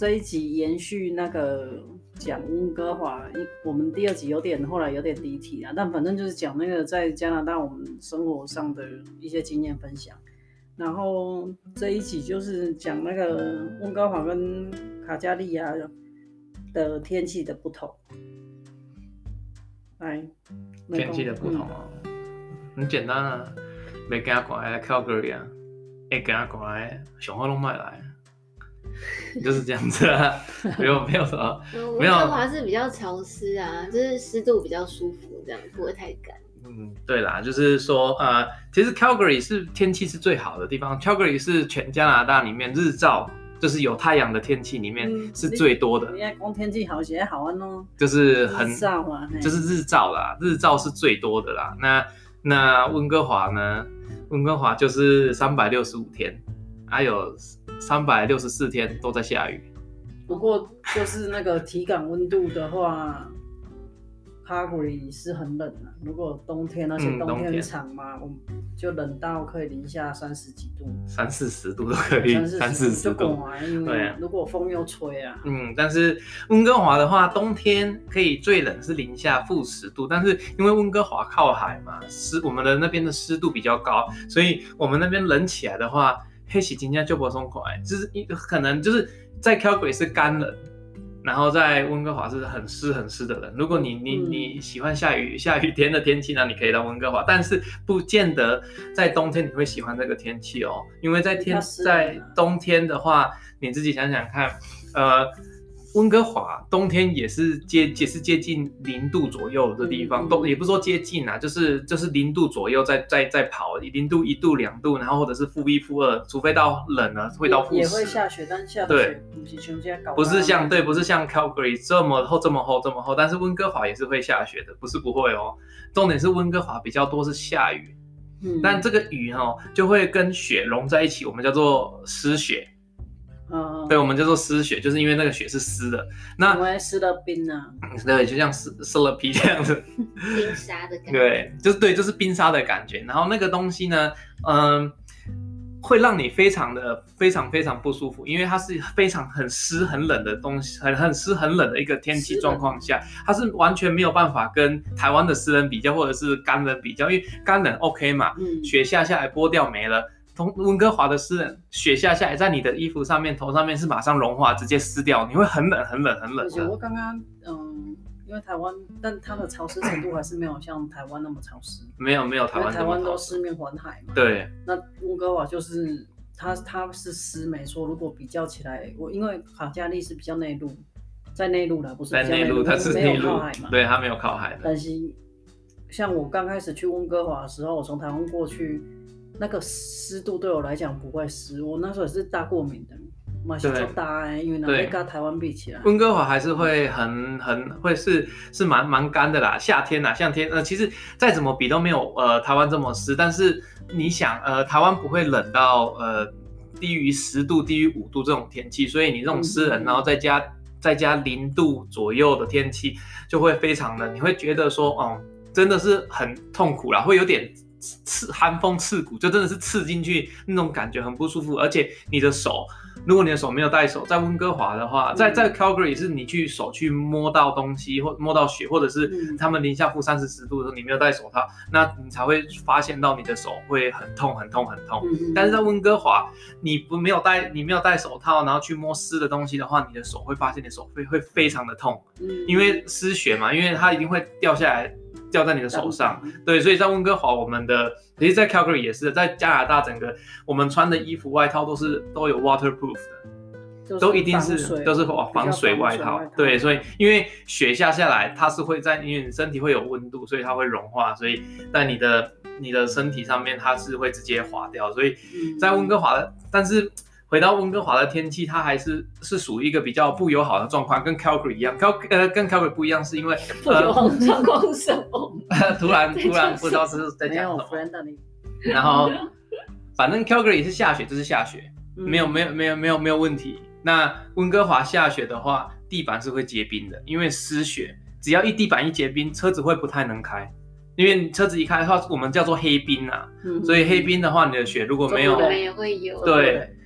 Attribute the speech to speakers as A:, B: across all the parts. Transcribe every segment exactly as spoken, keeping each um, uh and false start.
A: 这一集延续那个讲温哥华，我们第二集有点后来有点离题啊，但反正就是讲那个在加拿大我们生活上的一些经验分享。然后这一集就是讲那个温哥华跟卡加利亚的天气的不同。来，
B: 天气的不同哦，嗯、很简单啊，没跟他过来 Calgary 啊，会跟他过来，上好拢卖来。就是这样子啊，没有没有什么，没有。
C: 温哥华是比较潮湿啊，就是湿度比较舒服，这样不会太干。
B: 嗯，对啦，就是说，呃，其实 Calgary 是天气是最好的地方 ，Calgary 是全加拿大里面日照，就是有太阳的天气里面是最多的。
A: 你看光天气好些好玩哦，
B: 就是很
A: 日照啊，
B: 就是日照啦，日照是最多的啦。那那温哥华呢？温哥华就是三百六十五天，还有三百六十四天都在下雨。
A: 不过就是那个体感温度的话，Calgary 是很冷啊。如果冬天，而且冬天很长嘛，我们就冷到可以零下三十几度，
B: 三四十度都可以，三四十度。
A: 因为如果风又吹啊。
B: 嗯，但是温哥华的话，冬天可以最冷是零下负十度，但是因为温哥华靠海嘛，湿我们的那边的湿度比较高，所以我们那边冷起来的话。黑喜今天就不松快，就是可能就是在 Calgary 是干冷，然后在温哥华是很湿很湿的冷。如果你你你喜欢下雨下雨天的天气呢，你可以到温哥华，但是不见得在冬天你会喜欢这个天气哦，因为在天在冬天的话，你自己想想看，呃。温哥华冬天也是接也是接近零度左右的地方，都、嗯、也不是说接近啊，就是就是零度左右在在在跑，零度一度两度，然后或者是负一负二，除非到冷了会到负十。
A: 也会下雪，但下的雪不是像现在搞。
B: 不是像对，不是像 Calgary 这么厚这么厚这么厚，但是温哥华也是会下雪的，不是不会哦。重点是温哥华比较多是下雨，嗯、但这个雨哦就会跟雪融在一起，我们叫做湿雪。嗯，对，我们叫做湿雪，就是因为那个雪是湿的，那
A: 因为湿了冰啊，
B: 对，就像湿湿了皮这样子，
C: 冰沙的感觉，
B: 对，就是对，就是冰沙的感觉。然后那个东西呢，嗯，会让你非常的非常非常不舒服，因为它是非常很湿很冷的东西，很很湿很冷的一个天气状况下，它是完全没有办法跟台湾的湿冷比较，或者是干冷比较，因为干冷 OK 嘛，嗯、雪下下来剥掉没了。温哥华的湿冷，雪下下来在你的衣服上面、头上面是马上融化，直接湿掉，你会很冷、很冷、很冷。
A: 而且我刚刚，嗯，因为台湾，但它的潮湿程度还是没有像台湾那么潮湿。
B: 没有，没有台湾那么潮湿。
A: 台湾都四面环海嘛。
B: 对。
A: 那温哥华就是它，它是湿没错。如果比较起来，我因为卡加利是比较内陆，在内陆啦，不是比较内陆，
B: 它是内陆，
A: 靠海嘛。
B: 对，它没有靠海的。
A: 但是像我刚开始去温哥华的时候，我从台湾过去。那个湿度对我来讲不会湿，我那时候也是大过敏的，嘛是就大哎，因为那会跟台湾比起来，
B: 温哥华还是会很很会是是蛮蛮干的啦。夏天啦，夏天呃，其实再怎么比都没有呃台湾这么湿，但是你想呃台湾不会冷到呃低于十度、低于五度这种天气，所以你这种湿冷，然后再加再加零度左右的天气，就会非常的，你会觉得说哦、嗯，真的是很痛苦啦，会有点。刺寒风刺骨，就真的是刺进去那种感觉很不舒服，而且你的手，如果你的手没有带手，在温哥华的话，在在 Calgary 是你去手去摸到东西或摸到雪，或者是他们零下负三十十度的时候，你没有戴手套，那你才会发现到你的手会很痛很痛很痛。但是在温哥华，你不没有戴你没有戴手套，然后去摸湿的东西的话，你的手会发现你的手会会非常的痛，因为湿雪嘛，因为它一定会掉下来。掉在你的手上，对，所以在温哥华，我们的其实，在 Calgary 也是，在加拿大整个我们穿的衣服、外套都是都有 waterproof 的，都一定是都是防水外套，对，所以因为雪下下来，它是会在因为你身体会有温度，所以它会融化，所以在你的你的身体上面它是会直接滑掉，所以在温哥华的，但是。回到温哥华的天气，它还是是属于一个比较不友好的状况，跟 Calgary 一样。Cal 呃跟 Calgary 不一样，是因为
C: 不友好的状况是什么？
B: 突然突然不知道是在讲什么。然后反正 Calgary 是下雪就是下雪，没有没有没有没有没有问题。那温哥华下雪的话，地板是会结冰的，因为湿雪，只要一地板一结冰，车子会不太能开。因为车子一开的话，我们叫做黑冰啊，嗯、所以黑冰的话，你的雪如果没有，
C: 也会有，
B: 对。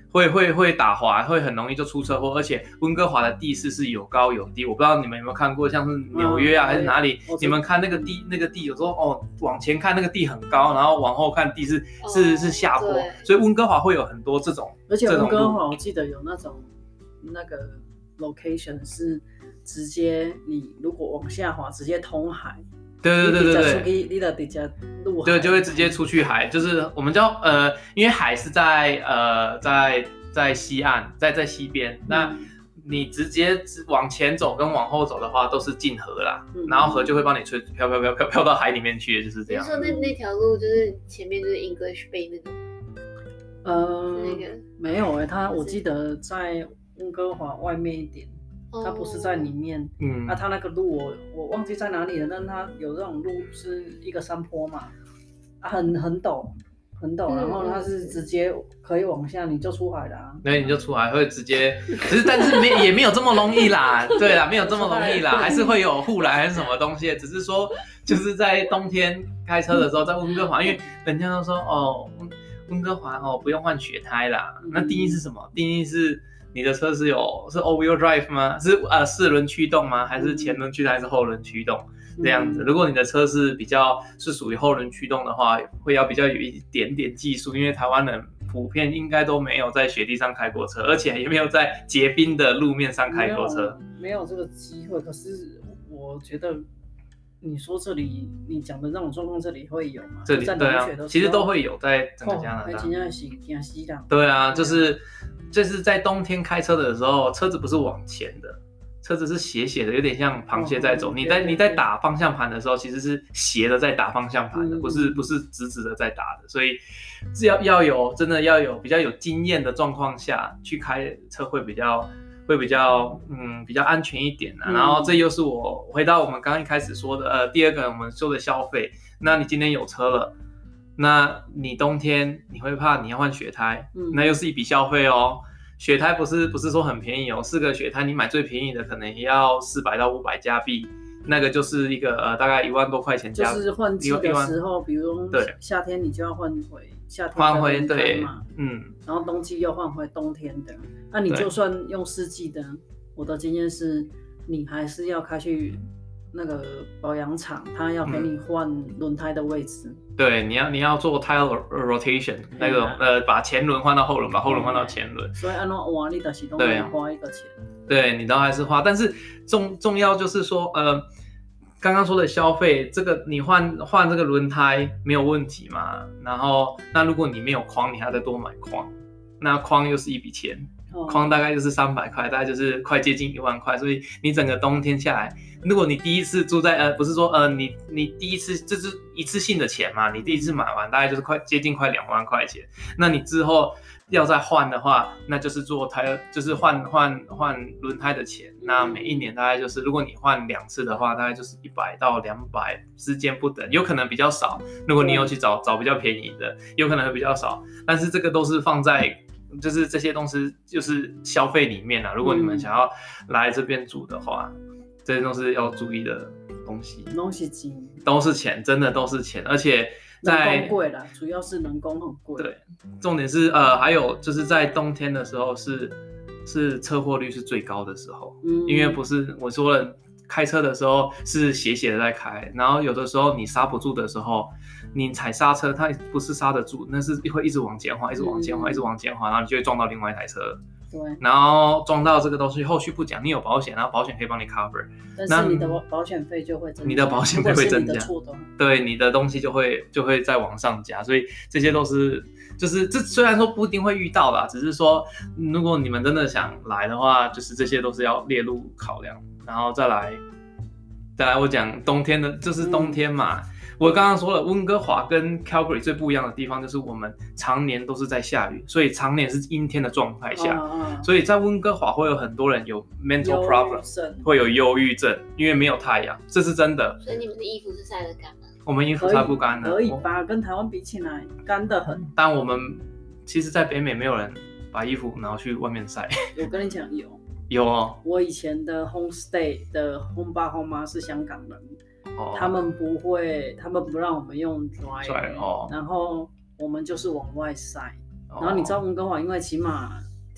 B: 会会会打滑，会很容易就出车祸，而且温哥华的地势是有高有低，我不知道你们有没有看过，像是纽约啊、嗯、还是哪里，你们看那个地那个地有时候哦往前看那个地很高，然后往后看地是、哦、是是下坡，所以温哥华会有很多这种，
A: 而且温哥华我记得有那种那个 location 是直接你如果往下滑直接通海。
B: 对对对对
A: 对，你的底下入海，
B: 对，就会直接出去海，就是我们叫呃，因为海是在呃在在西岸，在在西边，嗯、那你直接往前走跟往后走的话，都是进河啦，嗯、然后河就会帮你吹飘飘飘飘飘到海里面去，就是这样。
C: 你说那那条路就是前面就是 English Bay 那种，
A: 呃，
C: 那个
A: 没有哎、欸，它我记得在温哥华外面一点。它不是在里面，嗯，啊，它那个路我我忘记在哪里了，但它有这种路是一个山坡嘛，啊，很很陡，很陡，嗯、然后它是直接可以往下，你就出海了、啊，
B: 对，你就出海会直接，只是但是没也没有这么容易啦，对啦，没有这么容易啦，还是会有护栏还是什么东西，只是说就是在冬天开车的时候，在温哥华，因为人家都说哦，温哥华哦不用换雪胎啦，那定义是什么？定义是。你的车是有是 all-wheel drive 吗？是呃四轮驱动吗？还是前轮驱动还是后轮驱动？这样子，如果你的车是比较是属于后轮驱动的话，会要比较有一点点技术，因为台湾人普遍应该都没有在雪地上开过车，而且也没有在结冰的路面上开过车，
A: 没有, 没有这个机会。可是我觉得。你说这里你讲的那种状况，这里会有吗？
B: 这里对啊，其实都会有在整个加拿大。
A: 哦、
B: 对啊，就是就是在冬天开车的时候，车子不是往前的，车子是斜斜的，有点像螃蟹在走。哦、你在你在打方向盘的时候，其实是斜的在打方向盘的，嗯、不是不是直直的在打的。所以要要有真的要有比较有经验的状况下去开车会比较。会比较嗯比较安全一点啊，嗯、然后这又是我回到我们刚刚一开始说的呃第二个我们说的消费，那你今天有车了，那你冬天你会怕你要换雪胎，嗯、那又是一笔消费哦。雪胎不是不是说很便宜哦，四个雪胎你买最便宜的可能也要四百到五百加币，那个就是一个呃大概一万多块钱加，
A: 就是换季的时候，比如对夏天你就要换回夏天
B: 换回对嗯，
A: 然后冬季又换回冬天的。那、啊、你就算用四季的，我的经验是，你还是要开去那个保养厂，他要给你换轮胎的位置。
B: 嗯、对，你要你要做 tire rotation， 那个、嗯、呃，把前轮换到后轮，把后轮换到前轮。
A: 所以按照哇，你的启动都要花一个钱。
B: 对，你都还是花，但是重重要就是说，呃，刚刚说的消费，这个你换换这个轮胎没有问题嘛？然后那如果你没有框，你还要再多买框，那框又是一笔钱。框大概就是三百块，大概就是快接近一万块，所以你整个冬天下来，如果你第一次住在呃，不是说呃，你你第一次这是一次性的钱嘛，你第一次买完大概就是快接近快两万块钱，那你之后要再换的话，那就是做胎就是换换换轮胎的钱，那每一年大概就是如果你换两次的话，大概就是一百到两百之间不等，有可能比较少，如果你有去找找比较便宜的，有可能会比较少，但是这个都是放在。就是这些东西就是消费里面啊，如果你们想要来这边住的话，嗯、这些都是要注意的东西。
A: 东西钱
B: 都是钱，真的都是钱，而且在
A: 人工贵啦，主要是人工很贵。
B: 对，重点是呃，还有就是在冬天的时候是是车祸率是最高的时候，嗯、因为不是我说了。开车的时候是斜斜的在开，然后有的时候你刹不住的时候，你踩刹车它不是刹得住，那是会一直往前滑，一直往前滑，嗯、一直往前滑，然后你就会撞到另外一台车。
A: 对，
B: 然后撞到这个东西后续不讲，你有保险，然后保险可以帮你 cover，
A: 但是你的保险费就会增加，
B: 你的保险费会增加，
A: 的
B: 对，你的东西就会就会再往上加，所以这些都是就是这虽然说不一定会遇到啦，只是说如果你们真的想来的话，就是这些都是要列入考量。然后再来，再来我讲冬天的，就是冬天嘛。嗯、我刚刚说了，温哥华跟 Calgary 最不一样的地方就是我们常年都是在下雨，所以常年是阴天的状态下，啊、所以在温哥华会有很多人有 mental problem， 会有忧郁症，因为没有太阳，这是真的。
C: 所以你们的衣服是晒得干吗？
B: 我们衣服晒不干的，
A: 可以吧？跟台湾比起来，干得很。
B: 但我们其实，在北美没有人把衣服拿去外面晒。
A: 我跟你讲，有。
B: 有哦，
A: 我以前的 homestay 的 home 爸 home 妈是香港人，哦、他们不会，他们不让我们用 dryer，、哦、然后我们就是往外晒。哦、然后你知道温哥华，因为起码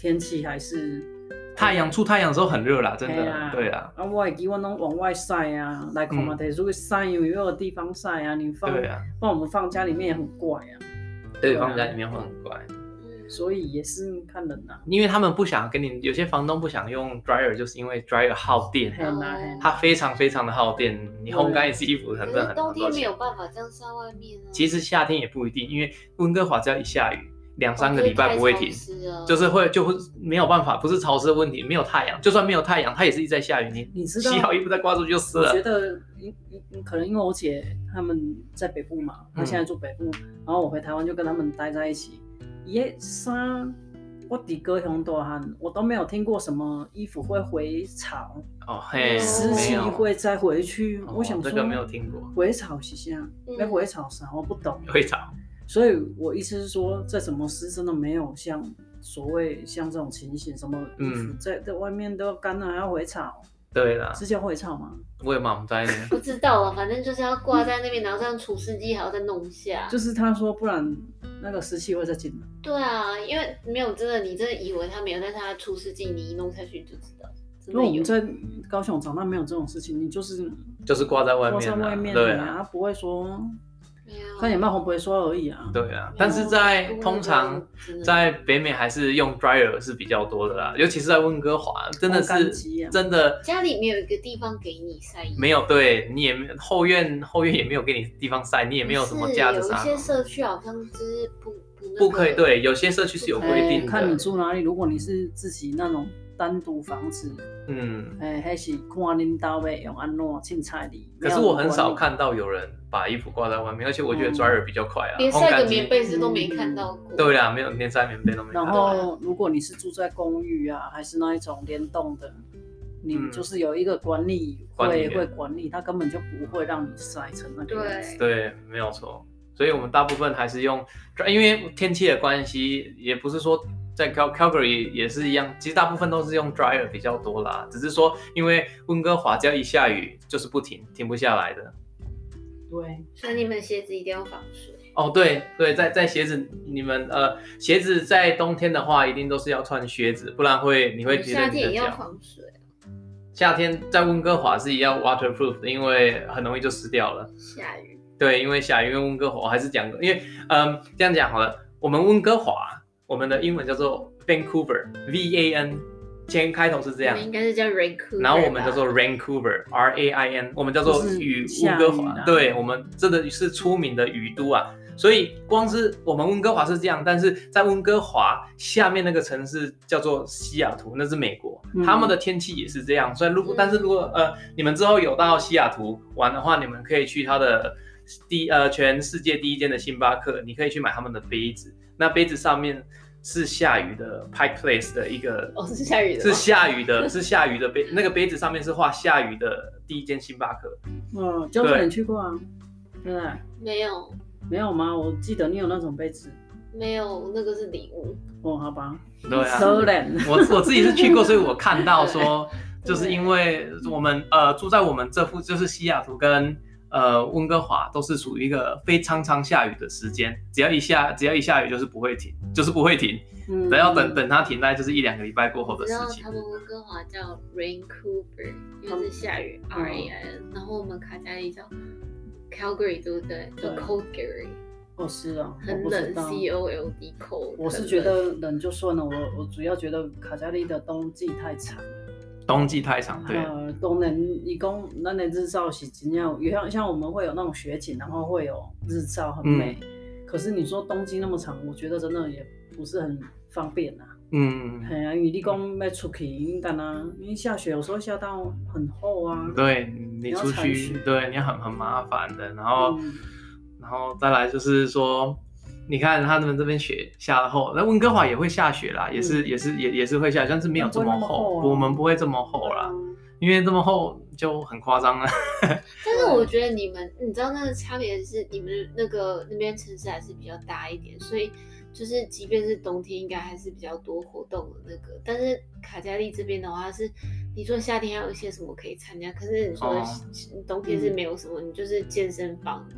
A: 天气还是
B: 太阳出太阳的时候很热啦，真的，
A: 啊
B: 对啦。
A: 啊，我会记我拢往外晒啊，来看嘛，得出去晒，因为又有地方晒啊。你放，
B: 对啊，
A: 不然我们放家里面也很怪啊。
B: 对，放家里面会很怪。
A: 所以也是看人呐、啊，
B: 因为他们不想跟你，有些房东不想用 dryer， 就是因为 dryer 耗电，它非常非常的耗电，你烘干一次衣服很真很
C: 冬天没有办法这样晒外面啊。
B: 其实夏天也不一定，因为温哥华只要一下雨，两三个礼拜不会停，
C: 哦、
B: 就是会就会没有办法，不是潮湿的问题，没有太阳，就算没有太阳，它也是一直在下雨，你
A: 你知道
B: 洗好衣服再挂出去就湿了。
A: 我觉得可能因为我姐他们在北部嘛，她现在住北部，嗯、然后我回台湾就跟他们待在一起，也衫。我伫高雄大汉，我都没有听过什么衣服会回潮
B: 哦，嘿，
A: 湿气会再回去。
B: 哦、
A: 我想说
B: 这个没有听过，
A: 回潮是啥？要、嗯、回潮啥？我不懂。
B: 回潮，
A: 所以我意思是说，再怎么湿，真的没有像所谓像这种情形，什么衣服在在、嗯、外面都要干了还要回潮。
B: 对啦，
A: 是叫回潮吗？
B: 我也蛮不在呢，
C: 不知道啊，反正就是要挂在那边，然后这样除湿机还要再弄一下。
A: 就是他说，不然那个湿气会再进来。
C: 对啊，因为没有真的，你真的以为他没有，但是他除湿机你一弄下去就知道。
A: 因为我们在高雄长大没有这种事情，你就是
B: 就是挂在外面、啊，
A: 挂在外面，
B: 对啊，
A: 他不会说。看有没有红不会说而已啊。
B: 对啊，但是在通常在北美还是用 dryer 是比较多的啦，尤其是在温哥华，真的是真的。
C: 家里没有一个地方给你晒衣服，
B: 没有，对你也没有后院，后院也没有给你地方晒，你也没有什么架子啥。
C: 有一些社区好像就是不不、那個、
B: 不可以，对，有些社区是有规定的。
A: 看你住哪里，如果你是自己那种单独房子，
B: 嗯，
A: 哎，还是看恁家要用安怎凊彩哩。
B: 可是我很少看到有人把衣服挂在外面，而且我觉得 dryer 比较快啊，
C: 连晒个棉被是都没看到过。
B: 对啦，没有连晒棉被都没看到。
A: 然后，如果你是住在公寓啊，还是那一种联动的，你就是有一个管理会、嗯、会管理，他根本就不会让你晒成那个样子。
B: 对，没有错。所以我们大部分还是用，因为天气的关系，也不是说。在 Calgary 也是一样，其实大部分都是用 dryer 比较多啦，只是说因为温哥华只要一下雨就是不停，停不下来的。
A: 对，
C: 所以你们鞋子一定要防水。
B: 哦，对对，在在鞋子，你们呃鞋子在冬天的话，一定都是要穿靴子，不然会你会觉得你的脚。夏
C: 天也要防水。
B: 夏天在温哥华是要 waterproof 的，因为很容易就湿掉了。
C: 下雨。对，
B: 因为下雨，因为温哥华我还是讲，因为嗯这样讲好了，我们温哥华。我们的英文叫做 Vancouver，V A N， 前开头是这样，
C: 应该是叫 Vancouver，
B: 然后我们叫做 Vancouver，R A I N， 我们叫做雨温哥华，对，我们真的是出名的雨都啊。所以光是我们温哥华是这样，但是在温哥华下面那个城市叫做西雅图，那是美国，嗯、他们的天气也是这样。所以如果、嗯、但是如果呃你们之后有到西雅图玩的话，你们可以去它的第呃全世界第一间的星巴克，你可以去买他们的杯子，那杯子上面。是下雨的 Pike Place 的一个
C: 哦，是下雨的，
B: 是下雨的，是下雨的杯，那个杯子上面是画下雨的第一间星巴克。
A: 嗯，教授你去过啊？对不对？
C: 没有，
A: 没有吗？我记得你有那种杯子。
C: 没有，那个是礼物。
A: 哦，好吧。
B: 对啊。
A: 我
B: 我自己是去过，所以我看到说，就是因为我们呃住在我们这附，就是西雅图跟。呃，温哥华都是属于一个非常常下雨的时间，只要一下只要一下雨就是不会停，就是不会停，嗯，等要等等它停，大概就是一两个礼拜过后的事情。
C: 他们温哥华叫 Vancouver， 因为是下雨 R A I N， 然后我们卡加利叫 Calgary， 对不对？叫 Coldgary。
A: 哦，是啊，
C: 很冷 ，C O L D cold。
A: 我是觉得冷就算了，我我主要觉得卡加利的冬季太长了。
B: 冬季太长，对。
A: 呃，当然，伊讲咱的日照是真样，像像我们会有那种雪景，然后会有日照，很美。嗯、可是你说冬季那么长，我觉得真的也不是很方便啊。嗯，系啊，因为你讲要出去，你干啊，因为下雪有时候下到很厚啊。
B: 对，你出去，对你很很麻烦的。然后，嗯、然后再来就是说。你看他们这边雪下得厚，那温哥华也会下雪啦，也是、嗯、也是也也是会下，但是没有这么厚，啊、我们不会这么厚啦，嗯、因为这么厚就很夸张了。
C: 但是我觉得你们，你知道那个差别是你们那个那边城市还是比较大一点，所以就是即便是冬天，应该还是比较多活动的那个。但是卡加利这边的话是，你说夏天还有一些什么可以参加，可是你说冬天是没有什么，嗯、你就是健身房。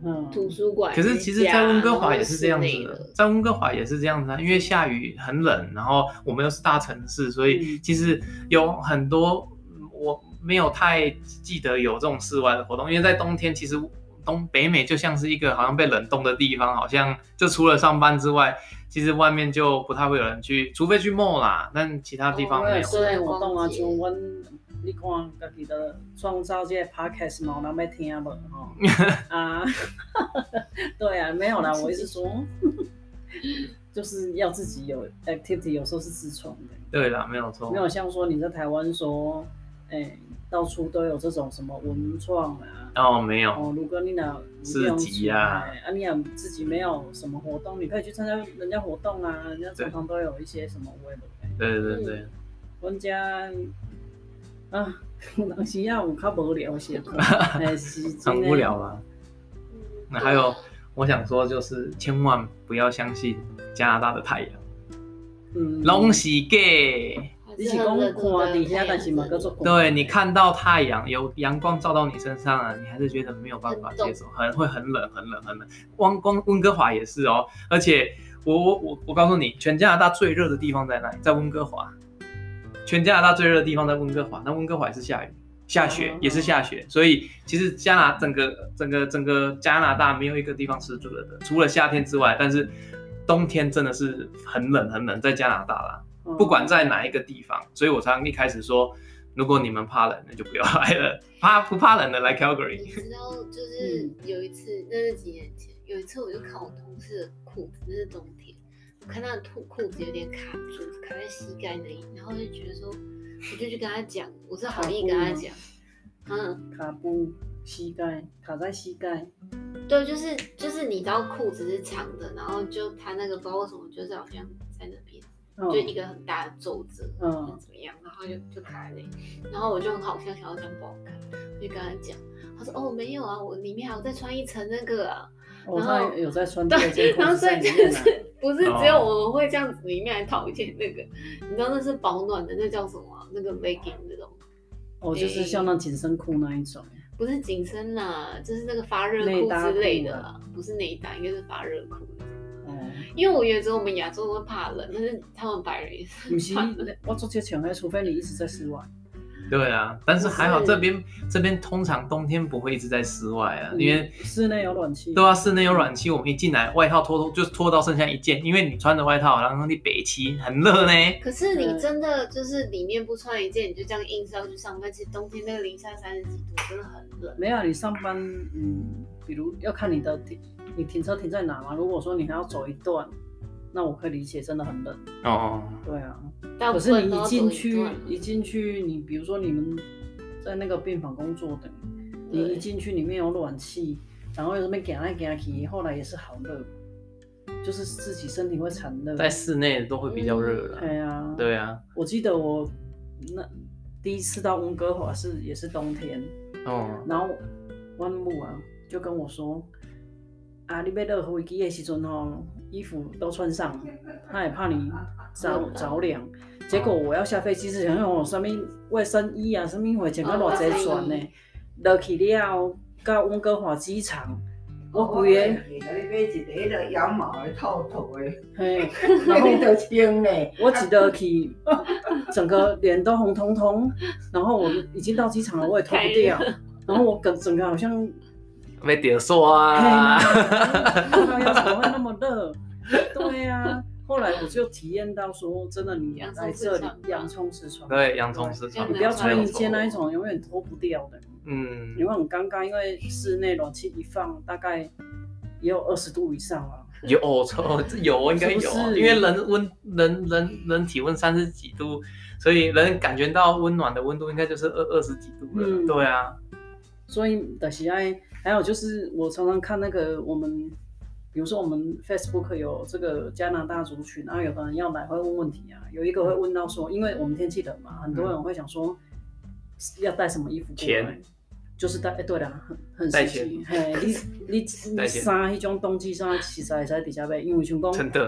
C: 图书馆。
B: 可是其实，在温哥华也是这样子的，在温哥华也是这样子啊，因为下雨很冷，然后我们又是大城市，所以其实有很多我没有太记得有这种室外的活动，因为在冬天其实东北美就像是一个好像被冷冻的地方，好像就除了上班之外，其实外面就不太会有人去，除非去 mall 啦，但其他地方没有。
A: 室内活动啊，像阮。你看，家己的创造这个 podcast 嘛，有人要听无吼？啊，对啊，没有啦，我意思说，就是要自己有 activity， 有时候是自创的。
B: 对啦，没有错。
A: 没有像说你在台湾说，哎、欸，到处都有这种什么文创啊。
B: 哦，没有。
A: 哦，如果你哪
B: 市集啊，
A: 啊，你也自己没有什么活动，你可以去参加人家活动啊，人家常常都有一些什么活动。
B: 对对对。
A: 阮家。啊，有时啊有较无聊些，哎是
B: 很无聊啦。那还有，我想说就是千万不要相信加拿大的太阳，嗯，拢是假。
A: 你是讲看底下，但是嘛叫做
B: 对你看到太阳有阳光照到你身上了，你还是觉得没有办法接受，很会很冷很冷很冷。光光温哥华也是哦，而且我我我我告诉你，全加拿大最热的地方在哪里？在温哥华。全加拿大最热的地方在温哥华，那温哥华也是下雨、下雪，也是下雪，所以其实加拿整个整个整个加拿大没有一个地方是热的，除了夏天之外，但是冬天真的是很冷很冷，在加拿大啦，不管在哪一个地方，所以我常一开始说，如果你们怕冷，那就不要来了，怕不怕冷的来 Calgary。
C: 你知道，就是有一次，那是几年前，有一次我就看我同事的裤子，那是冬天。我看他的裤子有点卡住，卡在膝盖那里，然后就觉得说，我就去跟他讲，我是好意跟他讲，嗯，
A: 卡布膝盖卡在膝盖，
C: 对，就是就是你知道裤子是长的，然后就他那个不知道为什么就是好像在那边，嗯、就一个很大的皱褶，嗯，怎么样，然后就就卡在那里，然后我就很好笑，想要讲不好看，我就跟他讲，他说哦没有啊，我里面还有再穿一层那个啊。
A: 哦，他有在穿这件裤子在里面、啊、
C: 不是只有我们会这样子，里面还套一件那个，你知道那是保暖的，那叫什么、啊？那个 legging 那种。
A: 哦，就是像那紧身裤那一种。
C: 不是紧身啦，就是那个发热裤之类的啦，不是内搭，应该是发热裤。哦。因为我觉得我们亚洲会怕冷，但是他们白人也是。
A: 不是，我做这强的，除非你一直在室外。
B: 对啊，但是还好这边这边通常冬天不会一直在室外啊，因为
A: 室内有暖气。
B: 对啊，室内有暖气，我们一进来外套脱脱就脱到剩下一件，因为你穿着外套，然后你北七很热呢。
C: 可是你真的就是里面不穿一件，你就这样硬是要去上班，其实冬天那个零下三十几度真的很冷。
A: 没有，你上班嗯，比如要看你的停你停车停在哪嘛。如果说你还要走一段，那我可以理解，真的很冷。哦，对啊。可是你一进去，一进去，你比如说你们在那个病房工作的，你一进去里面有暖气，然后又这边走来走去，后来也是好热，就是自己身体会产热。
B: 在室内都会比较热了。
A: 对啊，
B: 对啊。
A: 我记得我那第一次到温哥华是也是冬天，哦，然后我母啊就跟我说，啊，你要落飞机的时阵吼，衣服都穿上，他也怕你着着凉。结果我要下飞机之前，因为我什么卫生衣啊，什么会穿到偌济船呢？落去了到温哥华机场，我规个。你买一个迄个羊毛的套头的，嘿，然后就穿嘞。我一落去，整个脸都红彤彤，然后我已经到机场了，我也脱不掉，然后我整整个好像
B: 被点刷啊！
A: 要怎么会那么热？对啊。后来我就体验到说，真的你来这里洋葱私床，
B: 对，洋葱私床，
A: 你不要穿一件那一种永远脱不掉的，嗯，你会很尴尬，因为室内暖气一放，大概也有二十度以上啊。
B: 有，有应该有，是是因为人温人人人体温三十几度，所以人感觉到温暖的温度应该就是二二十几度了，嗯、对啊。
A: 所以的喜爱，还有就是我常常看那个我们。比如说我们 Facebook 有这个加拿大族群，然后有的人要来会问问题啊，有一个会问到说，因为我们天气冷嘛，很多人会想说要带什么衣服过来，就是带，哎、欸，对啦，很很实际，嘿，你你你衫那种冬季衫，其实会使直接买，因为像讲，
B: 真的，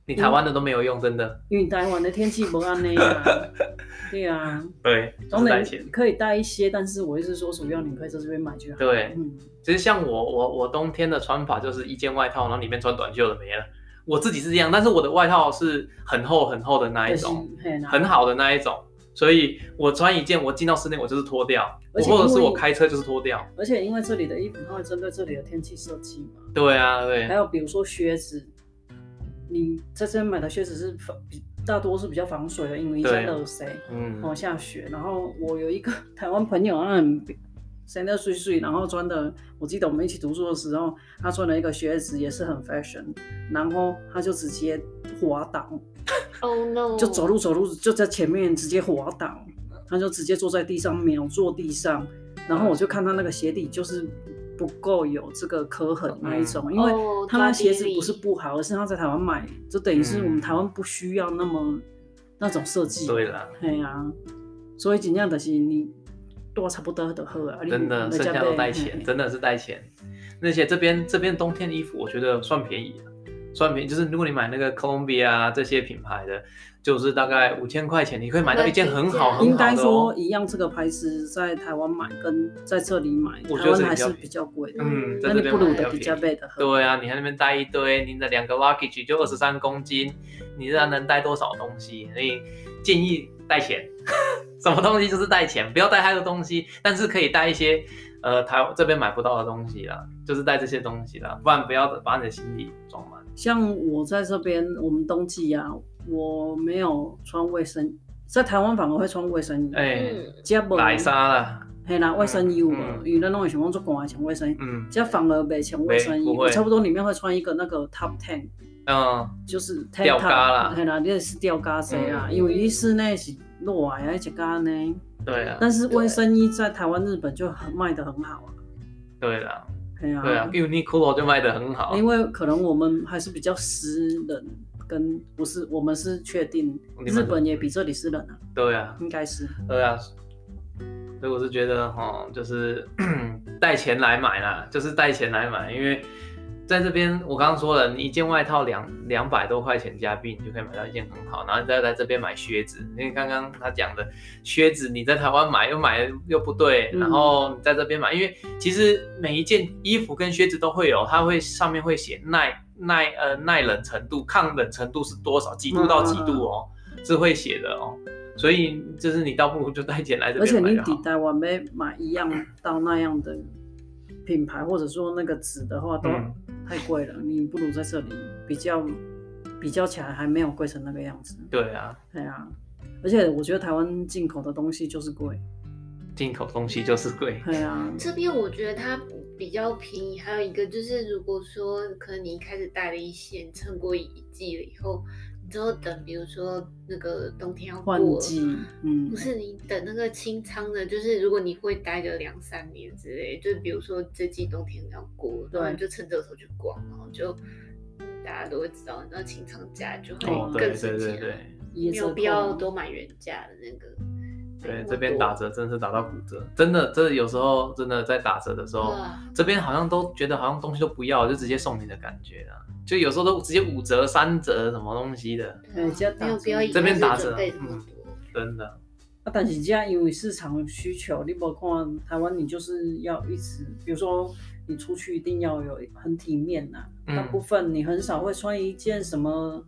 B: 你台湾的都没有用，真的。
A: 因为台湾的天气不安呢啊，对啊，
B: 对，
A: 当然
B: 带钱。
A: 可以带一些，但是我意思说，主要你可以在这边买就好。
B: 对，
A: 嗯，
B: 其实像我我我冬天的穿法就是一件外套，然后里面穿短袖的没了。我自己是这样，但是我的外套是很厚很厚的那一种，很好的那一种，所以我穿一件，我进到室内我就是脱掉，或者是我开车就是脱掉。
A: 而且因为这里的衣服它会针对这里的天气设计嘛。
B: 对啊，对。
A: 还有比如说靴子，你在这边买的靴子是大多是比较防水的，因为在热水，嗯，哦下雪。然后我有一个台湾朋友，他很生得碎碎，然后穿的，我记得我们一起读书的时候，他穿了一个靴子也是很 fashion， 然后他就直接滑倒。
C: Oh no！
A: 就走路走路就在前面直接滑倒，他就直接坐在地上秒坐地上，然后我就看他那个鞋底就是不够有这个刻痕那一种，嗯、因为他那鞋子不是不好，而是他在台湾买，就等于是我们台湾不需要那么那种设计。
B: 对啦，
A: 对啊，所以尽量的是你多差不多就好啊。
B: 真的，剩下都带钱，真的是带钱。而且这边这边冬天的衣服我觉得算便宜了。算便宜，就是如果你买那个 Columbia 啊这些品牌的，就是大概五千块钱，你可以买到一件很好很好的、哦。
A: 应该说一样，这个牌子在台湾买跟在这里买，台湾还是比较贵的。
B: 嗯，
A: 那你不如的比较贵的。
B: 对啊，你在那边带一堆，你的两个 luggage 就二十三公斤，你这能带多少东西？所以建议带钱，什么东西就是带钱，不要带太多东西，但是可以带一些呃台湾这边买不到的东西啦，就是带这些东西啦，不然不要把你的行李装满。
A: 像我在这边，我们冬季啊，我没有穿卫生，在台湾反而会穿卫生衣，
B: 哎、欸，奶纱啦，
A: 嘿啦，卫生衣有无？因为咱拢会想讲做寒穿卫生衣，嗯，这反而没穿卫生衣，我差不多里面会穿一个那个 top ten， 嗯，就是
B: 吊嘎啦，
A: 嘿啦，你是吊嘎色啦，嗯、因为你室内是热啊，一加呢，
B: 对啊，
A: 但是卫生衣在台湾、日本就很卖得很好啊，
B: 对啦。
A: 对啊，
B: 对啊 ，Uniqlo 就卖得很好。
A: 因为可能我们还是比较湿冷，跟不是我们是确定日本也比这里湿冷啊。
B: 对啊，
A: 应该是。
B: 对啊，所以我是觉得哈，就是带钱来买啦，就是带钱来买，因为在这边我刚刚说了，你一件外套两两百多块钱加币，你就可以买到一件很好，然后你再来这边买靴子，因为刚刚他讲的靴子你在台湾买又买又不对，然后你在这边买，因为其实每一件衣服跟靴子都会有，它会上面会写耐耐呃耐冷程度、抗冷程度是多少，几度到几度哦，嗯、是会写的哦。所以就是你倒不如就带钱来这边买就好。而
A: 且你抵台湾买买一样到那样的品牌，或者说那个纸的话都太贵了，嗯、你不如在这里比较比较起来还没有贵成那个样子。
B: 对啊，
A: 对啊，而且我觉得台湾进口的东西就是贵，
B: 进口东西就是贵。
A: 对啊，
C: 这边我觉得它比较便宜，还有一个就是如果说可能你一开始带了一些，你撑过一季了以后。之后等，比如说那个冬天要过了，
A: 换季，嗯，
C: 不是你等那个清仓的，就是如果你会待个两三年之类，就比如说这季冬天要过了，然后你就趁这个时候去逛，然后就大家都会知道，那清仓价就会更省钱，
B: 对对对
C: 对，没有必要都买原价的那个。
B: 对，这边打折真的是打到骨折，真的，这有时候真的在打折的时候，这边好像都觉得好像东西都不要，就直接送你的感觉啦。就有时候都直接五折、三折什么东西的，
A: 对，
C: 没有必要
B: 这边打折，
C: 嗯，
B: 真的。
A: 啊，但是这因为市场需求，你无看台湾，你就是要一直，比如说你出去一定要有很体面呐、啊，大、嗯、部分你很少会穿一件什么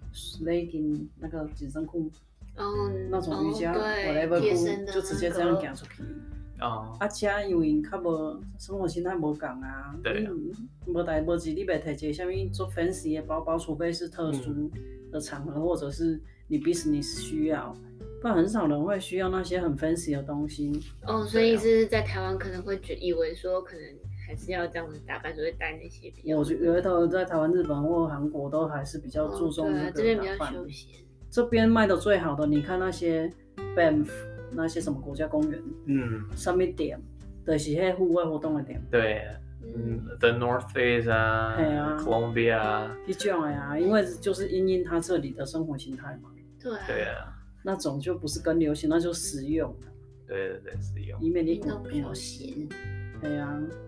A: legging 那个紧身裤。
C: 嗯，
A: 那种瑜伽 whatever 裤就直接这样行出去。哦，啊，遮因为较无生活形态无共啊，
B: 对啊，
A: 无代无志，你袂摕一个啥物做 fancy 的包包，除非是特殊的场合，嗯、或者是你 business 需要，不然很少人会需要那些很 fancy 的东西。
C: 哦，所以是在台湾可能会觉以为说可能还是要这样子打扮，所以带那些比较。
A: 我觉得在台湾、日本或韩国都还是比较注重那个打扮。
C: 哦、对、啊，这边比较休闲。
A: 这边卖的最好的，你看那些 Banff 那些什么国家公园，嗯，上面点的、就是那户外活动的点。
B: 对，嗯 ，The North Face 啊，对啊 ，Columbia 啊，
A: 这种的啊，因为就是因应它这里的生活形态嘛。
C: 对啊。
B: 对啊。
A: 那种就不是跟流行，那就实用。
B: 对对对，实用。
A: 以免你不休闲。对啊。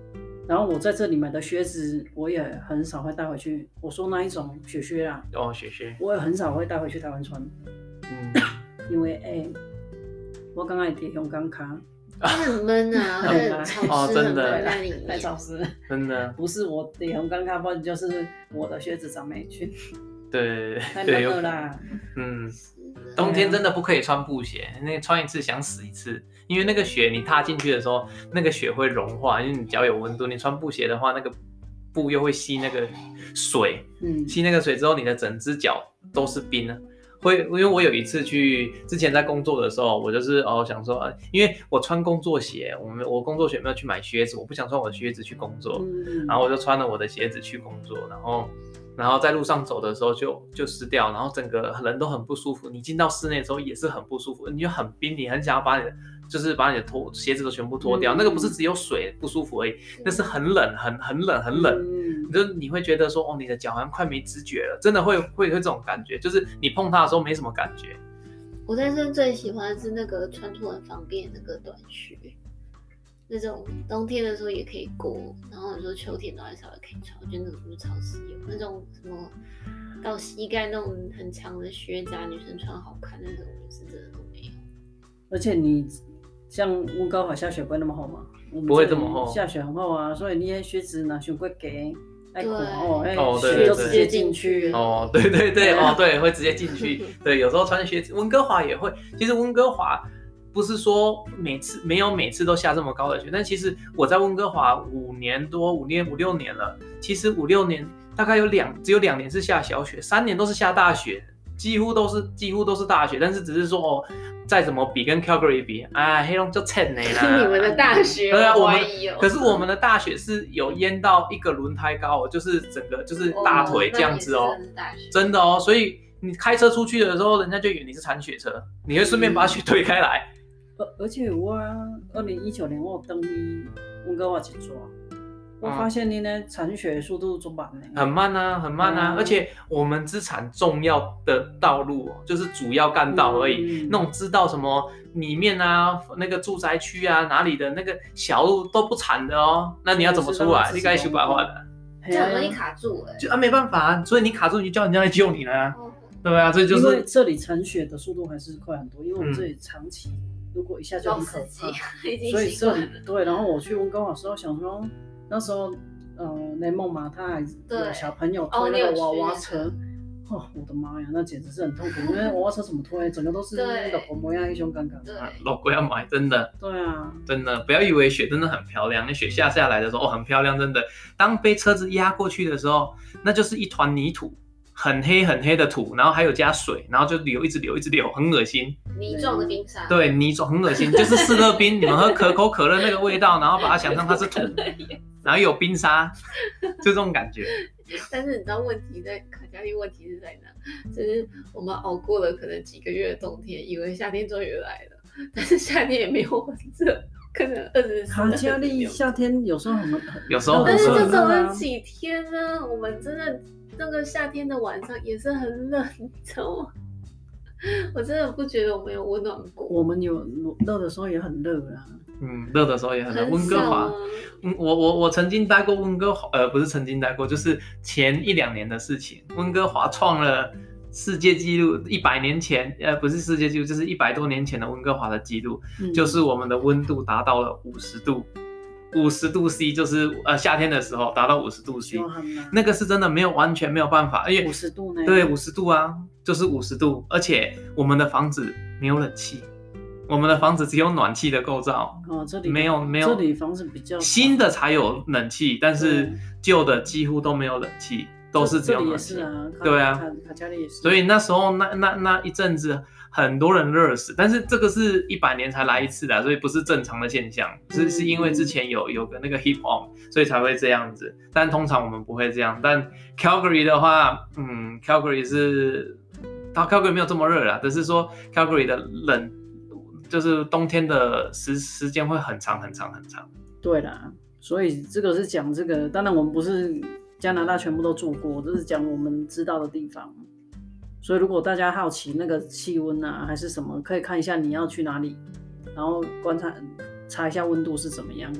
A: 然后我在这里买的靴子，我也很少会带回去。我说那一种雪靴啊，
B: 哦，雪靴，
A: 我也很少会带回去台湾穿。
B: 嗯，
A: 因为哎、欸，我刚刚也用刚卡，
C: 它很闷啊，很潮湿，
B: 哦真的
C: 很闷在里面，
A: 太潮湿了。
B: 真的，
A: 不是我点红刚卡，不然就是我的靴子长霉菌。
B: 对
A: 太
B: 对，
A: 闷了啦。
B: 嗯，冬天真的不可以穿布鞋，那个穿一次想死一次，因为那个雪你踏进去的时候，那个雪会融化，因为你脚有温度。你穿布鞋的话，那个布又会吸那个水，
A: 嗯，
B: 吸那个水之后，你的整只脚都是冰了。会，因为我有一次去之前在工作的时候，我就是哦想说，因为我穿工作鞋，我们我工作鞋没有去买靴子，我不想穿我的靴子去工作，
A: 嗯、
B: 然后我就穿了我的鞋子去工作，然后然后在路上走的时候就就湿掉，然后整个人都很不舒服。你进到室内的时候也是很不舒服，你就很冰，你很想要把你的就是把你的脱鞋子都全部脱掉。嗯、那个不是只有水不舒服而已，那是很冷，很很冷，很冷。嗯就你会觉得说，哦，你的脚好像快没知觉了，真的会会有这种感觉，就是你碰它的时候没什么感觉。
C: 我在这最喜欢的是那个穿脱很方便的那个短靴，那种冬天的时候也可以过，然后你说秋天都还稍微可以穿，我觉得那种不是超实用。那种什么到膝盖那种很长的靴子啊，女生穿好看那种，是真的都没有。
A: 而且你像温哥华下雪不会那么厚嘛？
B: 不会这么厚，
A: 下雪很厚啊，所以你的靴子拿雪过给。
C: 对
A: 哦，哎、
B: 哦，
A: 雪就直接进去。
B: 哦，对对对，哦，对，会直接进去。对，有时候穿靴子，温哥华也会。其实温哥华不是说每次没有每次都下这么高的雪，但其实我在温哥华五年多，五年五六年了。其实五六年大概有两只有两年是下小雪，三年都是下大雪，几乎都是几乎都是大雪。但是只是说哦。再怎么比跟 Calgary 比，啊，黑龙就蹭你啦。
C: 你们的大雪，
B: 对啊，我们
C: 哦、
B: 可是我们的大雪是有淹到一个轮胎高，就是整个就是大腿这样子哦，
C: 哦
B: 真的哦。所以你开车出去的时候，人家就以为你是铲雪车，你会顺便把雪推开来。
A: 而、嗯、而且我二零一九年我有登去温哥华去抓。我发现你呢铲雪速度很慢呢，
B: 很慢啊，很慢啊，嗯、而且我们只铲重要的道路，就是主要干道而已，嗯、那种知道什么里面啊，那个住宅区啊，哪里的那个小路都不铲的哦。那你要怎么出来？你该修白话的，
C: 这样容易卡住哎、欸，
B: 就啊没办法，所以你卡住你就叫人家来救你了、啊，哦、对啊，所以就是
A: 因为这里铲雪的速度还是快很多，因为我们这里长期、嗯、如果一下就很可怕，所以这里对，然后我去温哥华的时候想说。那时候，呃，雷梦嘛，他还有小朋友推那个娃娃车，哦，哦，我的妈呀，那简直是很痛苦，因为娃娃车怎么推，整个都是那个红模样，一胸尴尬。
C: 对，
B: 老贵要买，真的。
A: 对啊，
B: 真的，不要以为雪真的很漂亮，那雪下下来的时候，哦，很漂亮，真的。当被车子压过去的时候，那就是一团泥土。很黑很黑的土，然后还有加水，然后就流一直流一直流，很恶心。
C: 泥状的冰沙。
B: 对，泥状很恶心，就是士乐冰，你们喝可口可乐那个味道，然后把它想象它是土，然后有冰沙，就这种感觉。
C: 但是你知道问题在卡加利，问题是在哪？就是我们熬过了可能几个月的冬天，以为夏天终于来了，但是夏天也没有很热。可能二十四。
A: 卡加利夏天有时候很，
B: 有时候
C: 很热，但是就走了几天呢？我们真的那个夏天的晚上也是很冷，你知道吗？我真的不觉得我们有温暖过。
A: 我们有热的时候也很热啊。
B: 嗯，热的时候也很热。温哥华，
C: 啊、
B: 嗯，我我我曾经待过温哥华，呃，不是曾经待过，就是前一两年的事情。温哥华创了世界纪录，一百年前，呃，不是世界纪录，就是一百多年前的温哥华的纪录，嗯、就是我们的温度达到了五十度，五十度 C， 就是呃夏天的时候达到五十度 C， 那个是真的没有完全没有办法，因为
A: 五十度呢，
B: 对，五十度啊，就是五十度，而且我们的房子没有冷气。我们的房子只有暖气的构造，
A: 哦，这里
B: 没有没有，
A: 这里房子比较
B: 新的才有冷气，但是旧的几乎都没有冷气，都是只有暖气。
A: 这里也是啊，
B: 对啊，
A: 卡加利也是。
B: 所以那时候那那那一阵子很多人热死，但是这个是一百年才来一次的，所以不是正常的现象，是、嗯、是因为之前有有个那个 heat on， 所以才会这样子。但通常我们不会这样。但 Calgary 的话，嗯 ，Calgary 是，它 Calgary 没有这么热啦，只是说 Calgary 的冷。就是冬天的时时间会很长很长很长。
A: 对啦，所以这个是讲这个，当然我们不是加拿大全部都住过，这是讲我们知道的地方。所以如果大家好奇那个气温啊还是什么，可以看一下你要去哪里，然后观察查一下温度是怎么样。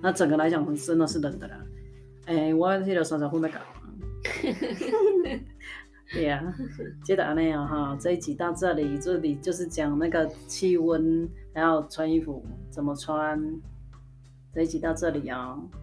A: 那整个来讲真的是冷的啦。哎、欸，我迄个三十分要讲。对呀、啊，接着安尼啊哈，这一集到这里，这里就是讲那个气温，还有穿衣服怎么穿。这一集到这里啊、哦。